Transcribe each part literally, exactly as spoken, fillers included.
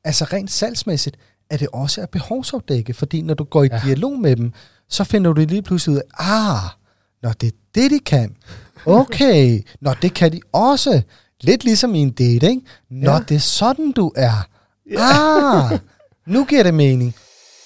altså rent salgsmæssigt, at det også er behovsopdække, fordi når du går i ja. dialog med dem, så finder du lige pludselig ud af, ah, når det er det, de kan. Okay, når det kan de også. Lidt ligesom i en date, ikke? Når ja. det er sådan, du er. Ja. Ah, nu giver det mening.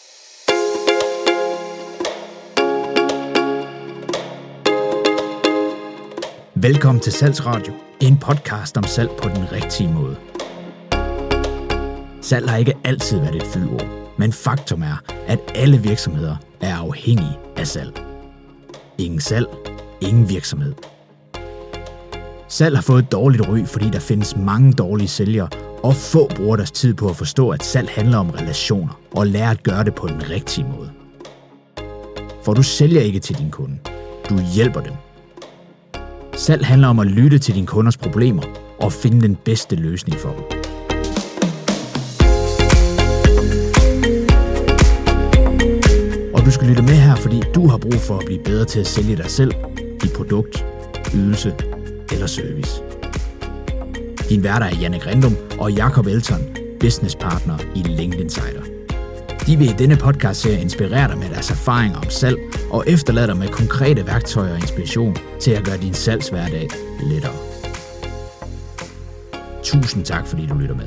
Velkommen til Salgsradio, en podcast om salg på den rigtige måde. Salg har ikke altid været et fyldord, men faktum er, at alle virksomheder er afhængige af salg. Ingen salg, ingen virksomhed. Salg har fået et dårligt ry, fordi der findes mange dårlige sælgere, og få bruger deres tid på at forstå, at salg handler om relationer, og lære at gøre det på den rigtige måde. For du sælger ikke til din kunde, du hjælper dem. Salg handler om at lytte til dine kunders problemer og finde den bedste løsning for dem. Og du skal lytte med her, fordi du har brug for at blive bedre til at sælge dig selv, dit produkt, ydelse eller service. Din værter er Jannik Rindum og Jakob Elton, businesspartner i LinkedIn Insider. De vil i denne podcast-serie inspirere dig med deres erfaringer om salg og efterlade dig med konkrete værktøjer og inspiration til at gøre din salgshverdag lettere. Tusind tak, fordi du lytter med.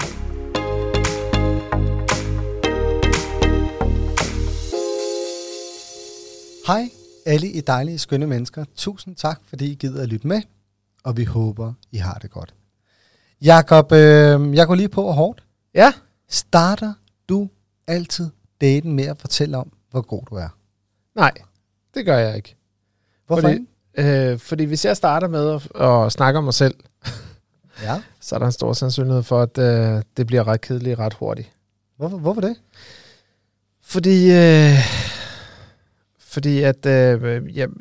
Hej alle I dejlige, skønne mennesker. Tusind tak, fordi I gider at lytte med, og vi håber, I har det godt. Jakob, øh, jeg går lige på og hårdt. Ja. Starter du altid daten med at fortælle om, hvor god du er? Nej, det gør jeg ikke. Hvorfor fordi, ikke? Øh, fordi hvis jeg starter med at, at snakke om mig selv, ja. så er der en stor sandsynlighed for, at øh, det bliver ret kedeligt ret hurtigt. Hvorfor, hvorfor det? Fordi, øh, fordi at øh, jeg,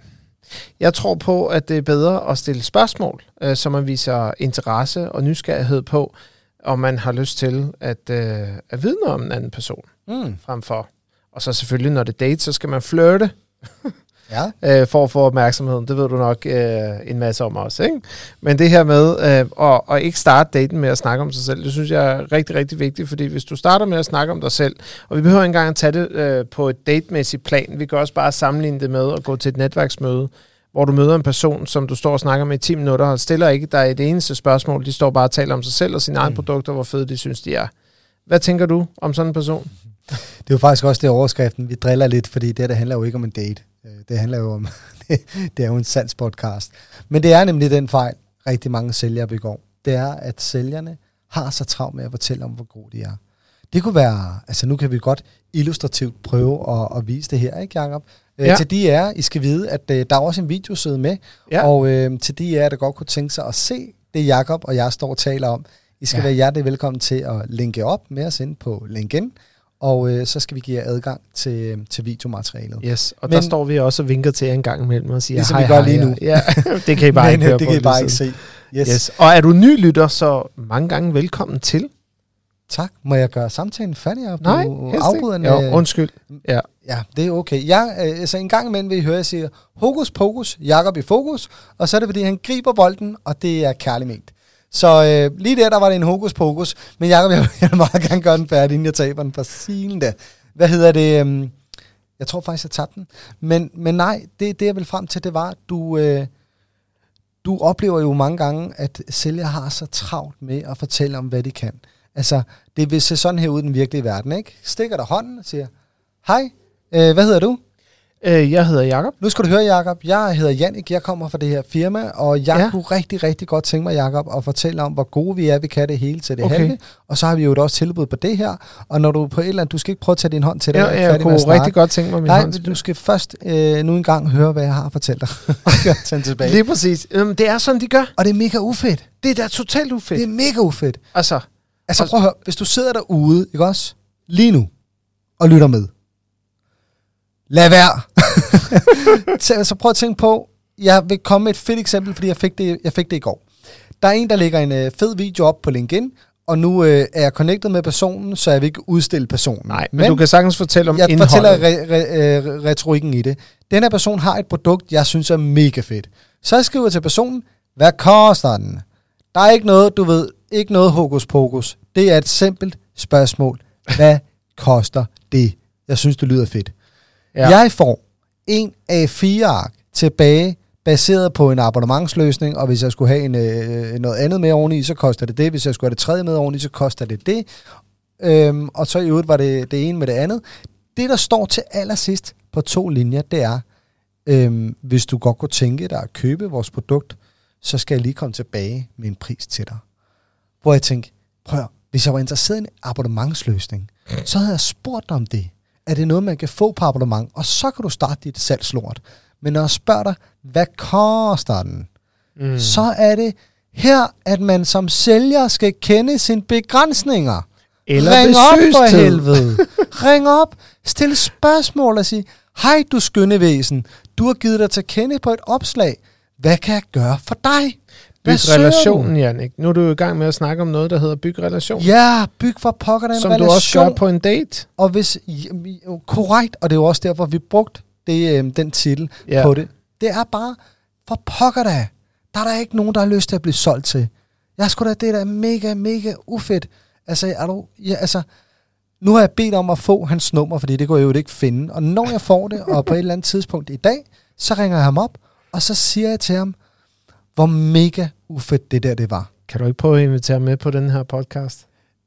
jeg tror på, at det er bedre at stille spørgsmål, øh, så man viser interesse og nysgerrighed på, og man har lyst til at, øh, at vide noget om en anden person mm. fremfor. Og så selvfølgelig, når det er date, så skal man flirte ja. øh, for at få opmærksomheden. Det ved du nok øh, en masse om også, ikke? Men det her med øh, at, at ikke starte daten med at snakke om sig selv, det synes jeg er rigtig, rigtig vigtigt, fordi hvis du starter med at snakke om dig selv, og vi behøver ikke engang at tage det øh, på et datemæssigt plan, vi kan også bare sammenligne det med at gå til et netværksmøde, hvor du møder en person, som du står og snakker med i ti minutter, og stiller ikke dig et eneste spørgsmål. De står bare og taler om sig selv og sine mm. egne produkter, hvor fede de synes, de er. Hvad tænker du om sådan en person? Det er jo faktisk også det overskriften. Vi driller lidt, fordi det, det handler jo ikke om en date. Det handler jo om, det er jo en salgspodcast. Men det er nemlig den fejl, rigtig mange sælgere begår. Det er, at sælgerne har så travlt med at fortælle om, hvor gode de er. Det kunne være, altså nu kan vi godt illustrativt prøve at, at vise det her, ikke Jacob? Ja. Til de er, I skal vide, at uh, der er også en videoside med, ja. og uh, til de er, der godt kunne tænke sig at se det, Jacob og jeg står og taler om. I skal ja. være hjertelig velkommen til at linke op med os ind på LinkedIn, og uh, så skal vi give jer adgang til, til videomaterialet. Yes, og Men, der står vi også og vinker til jer en gang imellem og siger, ligesom hej, vi gør hej, lige nu. Ja, det kan I bare ikke høre det på. Det kan I bare ikke se. Yes. Yes. Og er du ny lytter, så mange gange velkommen til. Tak. Må jeg gøre samtalen færdig? Op? Nej, afbryder jo, undskyld. Ja. ja, det er okay. Jeg, øh, så en gang imellem vil I høre, jeg siger, hokus pokus, Jakob i fokus, og så er det, fordi han griber bolden, og det er kærlig ment. Så øh, lige der, der var det en hokus pokus, men Jakob, jeg, jeg vil meget gerne gøre den færdig, inden jeg taber den for silen der. Hvad hedder det? Øh, jeg tror faktisk, jeg tabte den. Men, men nej, det, det jeg vil frem til, det var, at du, øh, du oplever jo mange gange, at sælgere har så travlt med at fortælle om, hvad de kan. Altså, det vil se sådan her ud i den virkelige verden, ikke? Stikker der hånden og siger, hej, øh, hvad hedder du? Øh, jeg hedder Jakob. Nu skal du høre, Jakob. Jeg hedder Jannik, jeg kommer fra det her firma, og jeg ja. kunne rigtig, rigtig godt tænke mig, Jakob, at fortælle om, hvor gode vi er, vi kan det hele til det okay. halve. Og så har vi jo også tilbud på det her, og når du på et eller andet, du skal ikke prøve at tage din hånd til det. Ja, jeg, jeg kunne rigtig godt tænke mig min Nej, hånd til du skal først øh, nu engang høre, hvad jeg har at fortælle dig. tilbage. Lige præcis. Um, det er sådan, de gør. Og det er mega ufedt. Det er da totalt ufedt. Det er mega ufedt. Altså, Altså prøv at høre, hvis du sidder derude, ikke også, lige nu, og lytter med, lad være. så, så prøv at tænke på, jeg vil komme med et fedt eksempel, fordi jeg fik det, jeg fik det i går. Der er en, der lægger en øh, fed video op på LinkedIn, og nu øh, er jeg connectet med personen, så jeg vil ikke udstille personen. Nej, men, men du kan sagtens fortælle om jeg indholdet. Jeg fortæller re- re- re- retorikken i det. Den her person har et produkt, jeg synes er mega fedt. Så jeg skriver til personen, hvad koster den? Der er ikke noget, du ved, ikke noget hokus pokus. Det er et simpelt spørgsmål. Hvad koster det? Jeg synes, det lyder fedt. Ja. Jeg får en A fire ark tilbage, baseret på en abonnementsløsning, og hvis jeg skulle have en, øh, noget andet med oveni, så koster det det. Hvis jeg skulle have det tredje med oveni, så koster det det. Øhm, og så i øvrigt var det det ene med det andet. Det, der står til allersidst på to linjer, det er, øhm, hvis du godt kunne tænke dig at købe vores produkt, så skal jeg lige komme tilbage med en pris til dig. Hvor jeg tænkte, prøv at, hvis jeg var interesseret i en abonnementsløsning, så havde jeg spurgt dig om det. Er det noget, man kan få på abonnement? Og så kan du starte dit salgslort. Men når jeg spørger dig, hvad koster den? Mm. Så er det her, at man som sælger skal kende sine begrænsninger. Eller Ring op for besøgstid. helvede. Ring op, stil spørgsmål og sig, hej du skønne væsen, du har givet dig til kende på et opslag. Hvad kan jeg gøre for dig? Byg relationen, Jannik. Nu er du i gang med at snakke om noget, der hedder byg relation. Ja, byg for pokker den som relation. Du også gør på en date. Og hvis, korrekt, og det er jo også derfor, vi brugt det, øh, den titel ja. på det. Det er bare, for pokker da. Der er der ikke nogen, der har lyst til at blive solgt til. Jeg skulle da, det er da mega, mega ufedt. Altså, er du, ja, altså, nu har jeg bedt om at få hans nummer, fordi det kunne jeg jo ikke finde. Og når jeg får det, og på et eller andet tidspunkt i dag, så ringer jeg ham op, og så siger jeg til ham, hvor mega ufedt det der det var. Kan du ikke prøve at invitere med på den her podcast?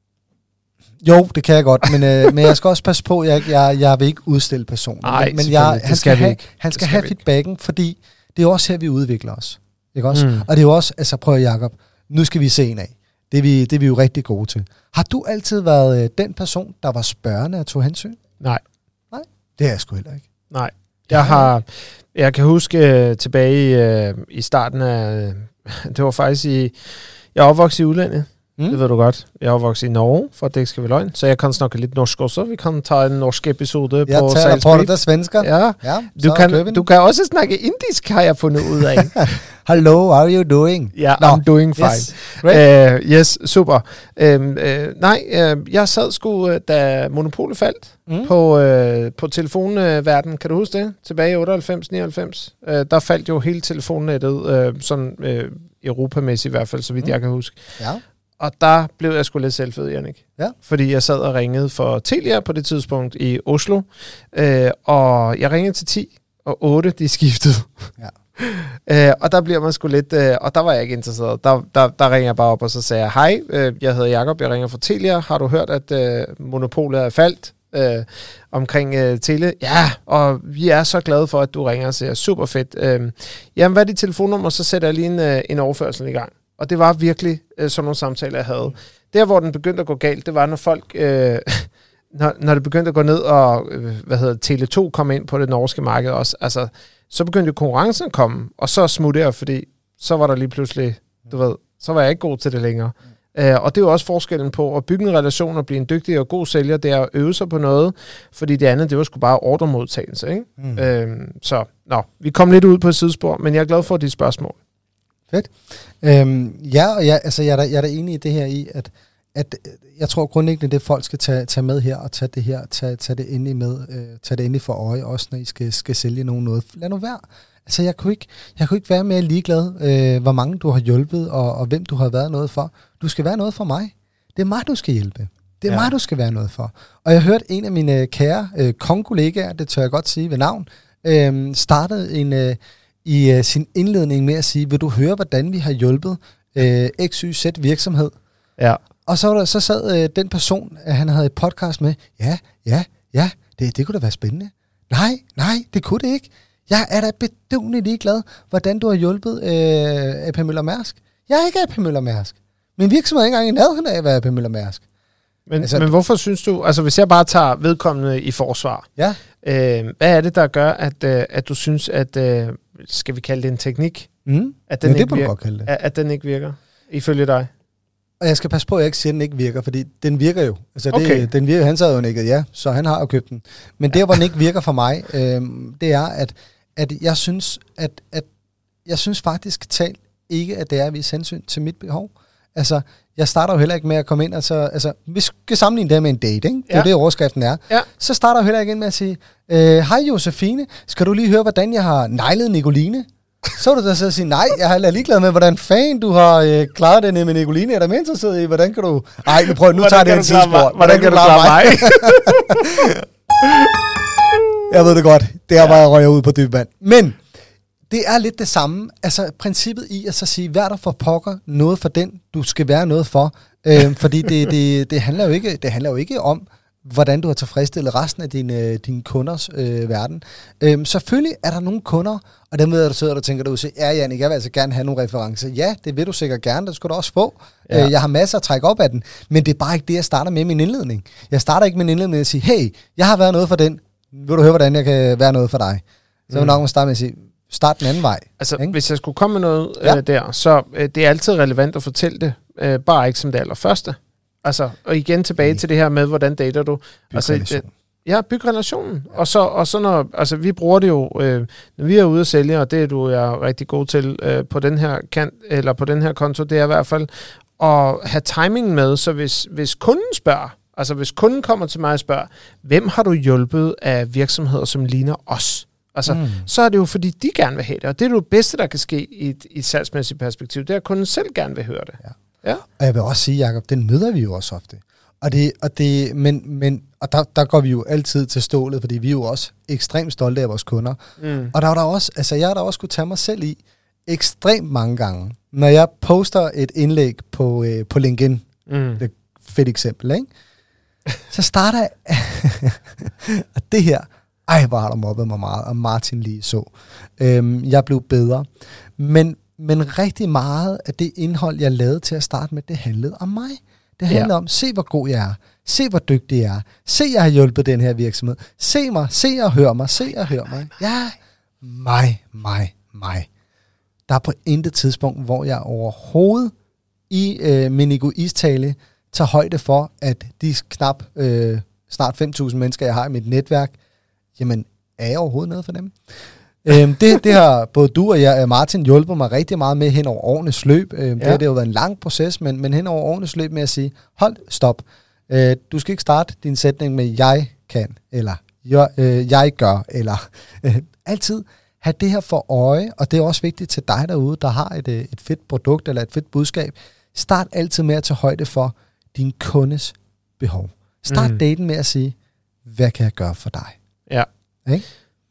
Jo, det kan jeg godt, men, øh, men jeg skal også passe på, jeg, jeg, jeg vil ikke udstille personen. Nej, men jeg, han skal, skal have, han skal, skal have feedbacken, fordi det er også her, vi udvikler os. Ikke også? Mm. Og det er jo også, altså prøv Jacob, nu skal vi se en af. Det er, vi, det er vi jo rigtig gode til. Har du altid været øh, den person, der var spørgende og tog hensyn? Nej. Nej? Det er jeg sgu heller ikke. Nej. Jeg har, jeg kan huske uh, tilbage i, uh, i starten af, uh, det var faktisk i, jeg er opvokset i udlandet. Mm. Det ved du godt. Jeg er opvokset i Norge, for at det ikke skal være løgn. Så jeg kan snakke lidt norsk også. Vi kan tage en norsk episode jeg på Sales Brief. Jeg taler på det svensker. Ja. ja du, kan, du kan også snakke indisk, har jeg fundet ud af. Hello, how are you doing? Ja, yeah, I'm doing fine. Yes, uh, yes super. Uh, uh, nej, uh, jeg sad sgu, da Monopolet faldt mm. på, uh, på telefonverden. Kan du huske det? Tilbage i otteoghalvfems nioghalvfems. Uh, der faldt jo hele telefonnettet, uh, sådan uh, europamæssigt i hvert fald, så vidt mm. jeg kan huske. Ja. Og der blev jeg sgu lidt selvfed, Jannik. Ja. Fordi jeg sad og ringede for Telia på det tidspunkt i Oslo. Øh, og jeg ringede til ti, og otte, de skiftede. Ja. øh, og der bliver man sgu lidt... Øh, og der var jeg ikke interesseret. Der, der, der ringer jeg bare op, og så sagde jeg, hej, øh, jeg hedder Jakob, jeg ringer fra Telia. Har du hørt, at øh, monopolet er faldt øh, omkring øh, tele? Ja, og vi er så glade for, at du ringer og siger, super fedt. Øh, jamen, hvad er dit telefonnummer? Så sætter jeg lige en, øh, en overførsel i gang. Og det var virkelig øh, sådan nogle samtaler, jeg havde. Der, hvor den begyndte at gå galt, det var, når folk, øh, når, når det begyndte at gå ned, og øh, hvad hedder Tele to kom ind på det norske marked også, altså, så begyndte konkurrencen at komme, og så smuttede jeg, fordi så var der lige pludselig, du ved, så var jeg ikke god til det længere. Mm. Øh, og det er jo også forskellen på at bygge en relation og blive en dygtig og god sælger, det er at øve sig på noget, fordi det andet, det var sgu bare ordremodtagelse, ikke? Mm. Øh, så, nå, vi kom lidt ud på et sidespor, men jeg er glad for de spørgsmål. Fedt. Øhm, ja, og jeg, altså, jeg, er da, jeg er da enig i det her i, at, at jeg tror grundlæggende, det folk skal tage, tage med her, og tage det her, tage, tage det endelig med, øh, tage det endelig for øje, også når I skal, skal sælge nogen noget. Lad nu være. Altså, jeg kunne ikke, jeg kunne ikke være mere ligeglad, øh, hvor mange du har hjulpet, og, og hvem du har været noget for. Du skal være noget for mig. Det er mig, du skal hjælpe. Det er ja. mig, du skal være noget for. Og jeg hørte en af mine kære øh, kongkollegaer, det tør jeg godt sige ved navn, øh, startede en... Øh, i uh, sin indledning med at sige, vil du høre, hvordan vi har hjulpet uh, X Y Z virksomhed? Ja. Og så, der, så sad uh, den person, uh, han havde et podcast med, ja, ja, ja, det, det kunne da være spændende. Nej, nej, det kunne det ikke. Jeg er da bedøvende ligeglad, hvordan du har hjulpet uh, A P Møller Mærsk. Jeg er ikke A P Møller Mærsk. Min virksomhed er ikke engang i nærheden af at være A P Møller Mærsk. Men, altså, men hvorfor synes du, altså hvis jeg bare tager vedkommende i forsvar, ja. øh, hvad er det, der gør, at, øh, at du synes, at, øh, skal vi kalde det en teknik, mm. at, den ja, ikke det virker, godt kalde det. At, at den ikke virker, ifølge dig? Og jeg skal passe på, at jeg ikke siger, at den ikke virker, fordi den virker jo. Altså det, okay. den virker, han sad jo ikke, ja, så han har jo købt den. Men der, hvor den ikke virker for mig, øh, det er, at, at jeg synes, at, at jeg synes faktisk talt ikke, at det er at vise hensyn til mit behov. Altså, jeg starter jo heller ikke med at komme ind og så, altså, vi skal sammenligne det med en date, ikke? Det er ja. jo det, overskriften er. Ja. Så starter jeg heller ikke ind med at sige, hej Josefine, skal du lige høre, hvordan jeg har neglet Nicoline? Så du da så sige, nej, jeg er ligeglad med, hvordan fanden du har øh, klaret det med Nicoline. Jeg er da mere interesseret i, hvordan kan du... Ej, nu prøv, nu tager det en tidsspor. Hvordan, hvordan kan du klare mig? Jeg ved det godt. Det er bare, jeg røger ud på dyb vand. Men det er lidt det samme. Altså princippet i at så sige, vær der for pokker noget for den, du skal være noget for. Øhm, fordi det, det, det, handler jo ikke, det handler jo ikke om, hvordan du har tilfredsstillet resten af dine, dine kunders øh, verden. Øhm, selvfølgelig er der nogle kunder, og dem ved jeg, du sidder og tænker, du siger, ja, Jannik, jeg vil altså gerne have nogle referencer. Ja, det vil du sikkert gerne, det skal du også få. Ja. Øh, jeg har masser at trække op af den, men det er bare ikke det, jeg starter med min indledning. Jeg starter ikke min indledning med at sige, hey, jeg har været noget for den, vil du høre, hvordan jeg kan være noget for dig? Så mm. vil nok må starte med at sige, start den anden vej. Altså, ikke? Hvis jeg skulle komme med noget ja. øh, der, så øh, det er altid relevant at fortælle det, øh, bare ikke som det allerførste. Altså, og igen tilbage mm. til det her med, hvordan dater du? Byg altså, relation. Ja, byg relationen. Ja. Og så, og så når, altså vi bruger det jo, øh, når vi er ude at sælge, og det er du er rigtig god til øh, på den her kant, eller på den her konto, det er i hvert fald at have timingen med, så hvis, hvis kunden spørger, altså hvis kunden kommer til mig og spørger, hvem har du hjulpet af virksomheder, som ligner os? Altså, mm. så er det jo, fordi de gerne vil have det, og det er jo det bedste, der kan ske i et, i et salgsmæssigt perspektiv, det er, at kunden selv gerne vil høre det. Ja. Ja. Og jeg vil også sige, Jacob, den møder vi jo også ofte. Og det, og det, men, men, og der, der går vi jo altid til stålet, fordi vi er jo også ekstremt stolte af vores kunder. Mm. Og der er der også, altså jeg har da også kunne tage mig selv i ekstremt mange gange, når jeg poster et indlæg på, øh, på LinkedIn, mm. det er et fedt eksempel, ikke? Så starter jeg, og det her, ej, hvor har der mobbet mig meget, og Martin lige så. Øhm, jeg blev bedre. Men, men rigtig meget af det indhold, jeg lavede til at starte med, det handlede om mig. Det handler ja. om, se hvor god jeg er. Se hvor dygtig jeg er. Se, jeg har hjulpet den her virksomhed. Se mig, se og hør mig, se og hør mig. Ja, mig, mig, mig. Der er på intet tidspunkt, hvor jeg overhovedet i øh, min egoisttale tager højde for, at de knap øh, snart fem tusind mennesker, jeg har i mit netværk, jamen, er jeg overhovedet noget for dem? øhm, det, det har både du og jeg, Martin, hjulpet mig rigtig meget med hen over årenes løb. Øhm, ja. Det har det jo været en lang proces, men, men hen over årenes løb med at sige, hold, stop. Øh, du skal ikke starte din sætning med, jeg kan, eller jeg, øh, jeg gør, eller øh, altid have det her for øje, og det er også vigtigt til dig derude, der har et, et fedt produkt, eller et fedt budskab. Start altid med at tage højde for din kundes behov. Start mm. daten med at sige, hvad kan jeg gøre for dig? Ja. Ikke?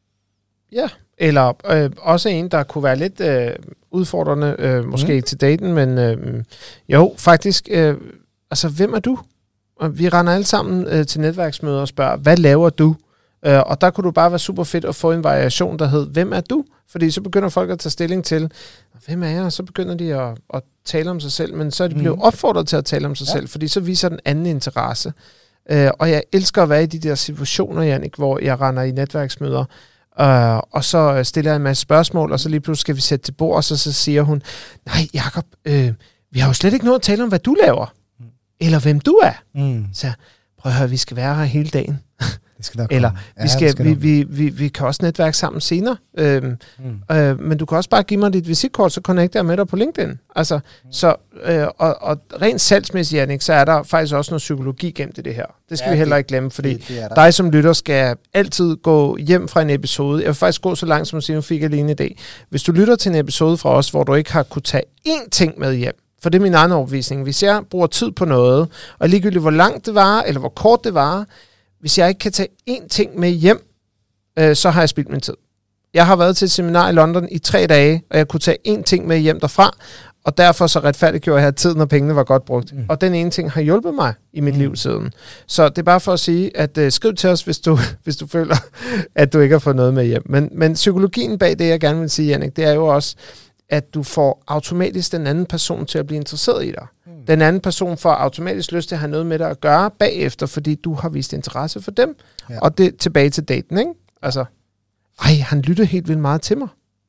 Ja, eller øh, også en, der kunne være lidt øh, udfordrende, øh, måske mm. til daten, men øh, jo, faktisk, øh, altså, hvem er du? Og vi render alle sammen øh, til netværksmøder og spørger, hvad laver du? Øh, og der kunne du bare være super fedt at få en variation, der hed, hvem er du? Fordi så begynder folk at tage stilling til, hvem er jeg? Og så begynder de at, at tale om sig selv, men så er de blevet mm. opfordret til at tale om sig ja. selv, fordi så viser den anden interesse. Øh, og jeg elsker at være i de der situationer, Jannik, hvor jeg render i netværksmøder, øh, og så stiller jeg en masse spørgsmål, og så lige pludselig skal vi sætte til bord, og så, så siger hun, nej Jacob, øh, vi har jo slet ikke noget at tale om, hvad du laver, mm. eller hvem du er. Mm. Så prøv at høre, vi skal være her hele dagen. Eller ja, vi, skal, skal vi, vi, vi, vi kan også netværke sammen senere. Øhm, mm. øh, men du kan også bare give mig dit visitkort, så connecter jeg med dig på LinkedIn. Altså, mm. så, øh, og, og rent salgsmæssigt, Jannik, så er der faktisk også noget psykologi gennem det her. Det skal ja, vi heller ikke glemme, fordi det, det dig som lytter skal altid gå hjem fra en episode. Jeg vil faktisk gå så langt, som at sige, nu fik jeg lige en idé. Hvis du lytter til en episode fra os, hvor du ikke har kunne tage én ting med hjem, for det er min egen overbevisning. Hvis jeg bruger tid på noget, og ligegyldigt hvor langt det var, eller hvor kort det var, hvis jeg ikke kan tage én ting med hjem, øh, så har jeg spildt min tid. Jeg har været til et seminar i London i tre dage, og jeg kunne tage én ting med hjem derfra, og derfor så retfærdiggjorde jeg, at tiden og pengene var godt brugt. Mm. Og den ene ting har hjulpet mig i mit mm. liv siden. Så det er bare for at sige, at øh, skriv til os, hvis du, hvis du føler, at du ikke har fået noget med hjem. Men, men psykologien bag det, jeg gerne vil sige, Jannik, det er jo også, at du får automatisk den anden person til at blive interesseret i dig. Mm. Den anden person får automatisk lyst til at have noget med dig at gøre bagefter, fordi du har vist interesse for dem. Ja. Og det tilbage til daten, ikke? Altså, ej, han lytter helt vildt meget til mig.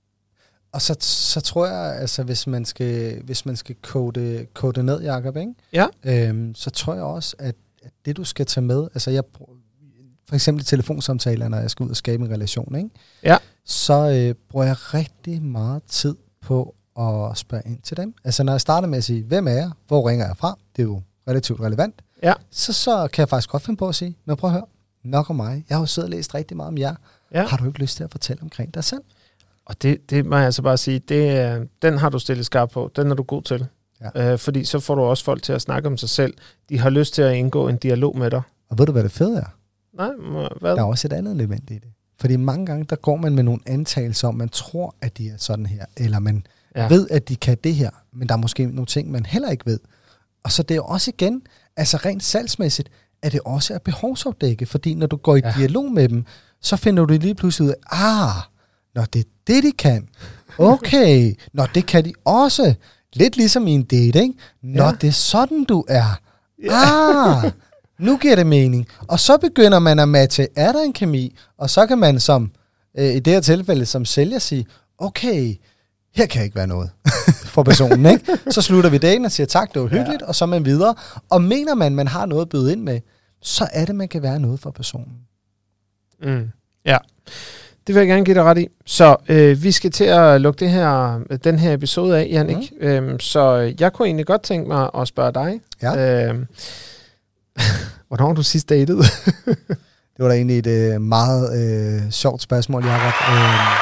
Og så, så tror jeg, altså hvis man skal, hvis man skal kode, kode ned, Jacob, ikke? Ja. Øhm, så tror jeg også, at, at det du skal tage med, altså jeg for eksempel telefonsamtaler, når jeg skal ud og skabe en relation, ikke? Ja. Så øh, bruger jeg rigtig meget tid på at spørge ind til dem. Altså når jeg starter med at sige, hvem er jeg? Hvor ringer jeg fra? Det er jo relativt relevant. Ja. Så, så kan jeg faktisk godt finde på at sige, men prøv at høre, nok om mig. Jeg har jo siddet og læst rigtig meget om jer. Ja. Har du ikke lyst til at fortælle omkring dig selv? Og det, det må jeg altså bare sige, det, den har du stillet skarp på. Den er du god til. Ja. Øh, fordi så får du også folk til at snakke om sig selv. De har lyst til at indgå en dialog med dig. Og ved du, hvad det fede er? Nej, hvad? Der er også et andet element i det. Fordi mange gange, der går man med nogle antagelser om, man tror, at de er sådan her, eller man ja. ved, at de kan det her, men der er måske nogle ting, man heller ikke ved. Og så det er jo også igen, altså rent salgsmæssigt, at det også er behovsopdække, fordi når du går i ja. dialog med dem, så finder du lige pludselig ud af, ah, når det er det, de kan. Okay, når det kan de også. Lidt ligesom i en date, ikke? Når ja. det er sådan, du er. Ja. Ah, nu giver det mening. Og så begynder man at matche, er der en kemi? Og så kan man som, øh, i det her tilfælde som sælger sige, okay, her kan ikke være noget for personen, ikke? Så slutter vi dagen og siger tak, det var hyggeligt, ja. og så er man videre. Og mener man, man har noget at byde ind med, så er det, man kan være noget for personen. Mm. Ja, det vil jeg gerne give dig ret i. Så øh, vi skal til at lukke det her, den her episode af, Jannik. Mm. Øhm, så jeg kunne egentlig godt tænke mig at spørge dig. Ja. Øhm, hvornår har du sidst datet? Det var da egentlig et øh, meget øh, sjovt spørgsmål, Jacob. Øh,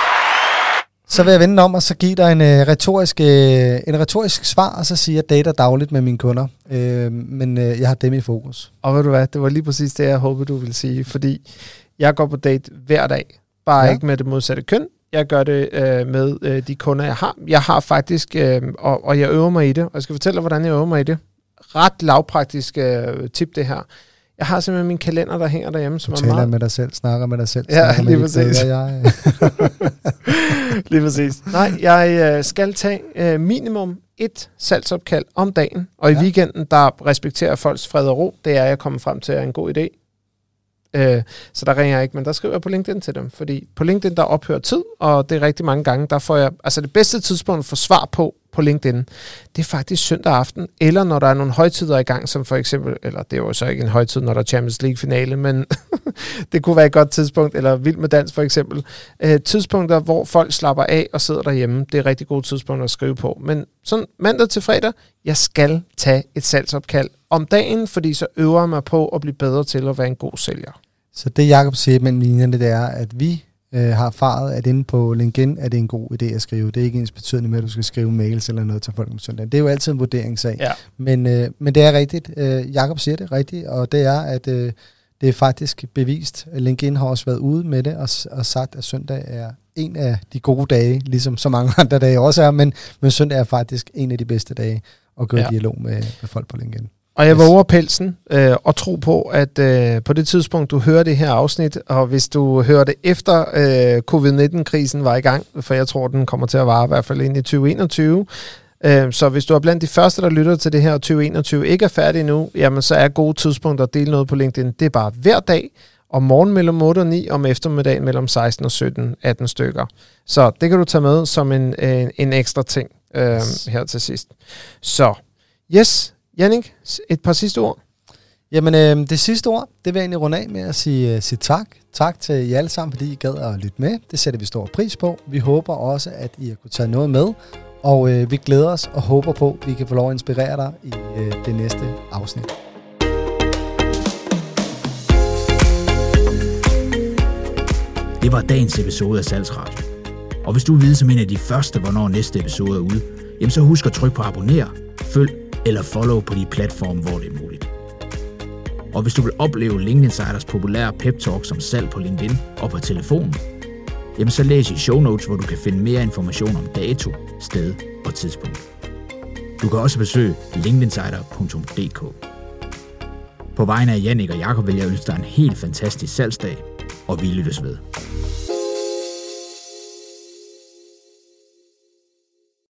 så vil jeg vende om og så give dig en, øh, retorisk, øh, en retorisk svar, og så sige, at jeg dater dagligt med mine kunder. Øh, men øh, jeg har dem i fokus. Og ved du hvad, det var lige præcis det, jeg håbede, du ville sige. Fordi jeg går på date hver dag. Bare ja. ikke med det modsatte køn. Jeg gør det øh, med øh, de kunder, jeg har. Jeg har faktisk, øh, og, og jeg øver mig i det. Og jeg skal fortælle dig, hvordan jeg øver mig i det. Ret lavpraktisk øh, tip, det her. Jeg har simpelthen min kalender, der hænger derhjemme. Som du taler meget... med dig selv, snakker med dig selv. Ja, lige præcis. Jeg. lige præcis. Nej, jeg øh, skal tage øh, minimum et salgsopkald om dagen. Og ja. i weekenden, der respekterer folks fred og ro. Det er jeg kommet frem til, at er en god idé. Øh, så der ringer jeg ikke, men der skriver jeg på LinkedIn til dem. Fordi på LinkedIn, der ophører tid, og det er rigtig mange gange, der får jeg... Altså det bedste tidspunkt for svar på, på LinkedIn, det er faktisk søndag aften, eller når der er nogle højtider i gang, som for eksempel, eller det er jo så ikke en højtid, når der er Champions League-finale, men det kunne være et godt tidspunkt, eller Vild med Dans for eksempel. Øh, tidspunkter, hvor folk slapper af og sidder derhjemme, det er et rigtig gode tidspunkt at skrive på. Men sådan mandag til fredag, jeg skal tage et salgsopkald om dagen, fordi så øver jeg mig på at blive bedre til at være en god sælger. Så det Jacob siger mellem linjerne, det er, at vi øh, har erfaret, at inde på LinkedIn er det en god idé at skrive. Det er ikke ens betydende med, at du skal skrive mails eller noget til folk om søndagen. Det er jo altid en vurderingssag. Ja. Men, øh, men det er rigtigt. Øh, Jacob siger det rigtigt, og det er, at øh, det er faktisk bevist. LinkedIn har også været ude med det og, og sagt, at søndag er en af de gode dage, ligesom så mange andre dage også er, men, men søndag er faktisk en af de bedste dage at gå ja. i dialog med, med folk på LinkedIn. Og jeg våger pelsen øh, og tro på, at øh, på det tidspunkt, du hører det her afsnit, og hvis du hører det efter øh, covid nitten-krisen var i gang, for jeg tror, den kommer til at vare i hvert fald ind i tyve enogtyve, øh, så hvis du er blandt de første, der lytter til det her, og tyve enogtyve ikke er færdig endnu, jamen så er gode tidspunkter at dele noget på LinkedIn. Det er bare hver dag, om morgen mellem otte og ni, og om eftermiddagen mellem seksten og sytten, atten stykker. Så det kan du tage med som en, en, en ekstra ting øh, her til sidst. Så, yes, Jannik, et par sidste ord? Jamen, øh, det sidste ord, det vil jeg egentlig runde af med at sige, uh, sige tak. Tak til jer alle sammen, fordi I gad at lytte med. Det sætter vi stor pris på. Vi håber også, at I har kunnet tage noget med. Og øh, vi glæder os og håber på, at vi kan få lov at inspirere dig i øh, det næste afsnit. Det var dagens episode af Salgsradio. Og hvis du vil vide som en af de første, hvornår næste episode er ude, jamen så husk at trykke på abonner, følg eller follow på de platforme, hvor det er muligt. Og hvis du vil opleve LinkedIn Insiders populære pep talk som salg på LinkedIn og på telefonen, jamen så læs i show notes, hvor du kan finde mere information om dato, sted og tidspunkt. Du kan også besøge linkedinsider punktum d k. På vegne af Jannik og Jacob vil jeg ønske dig en helt fantastisk salgsdag, og vi lyttes ved.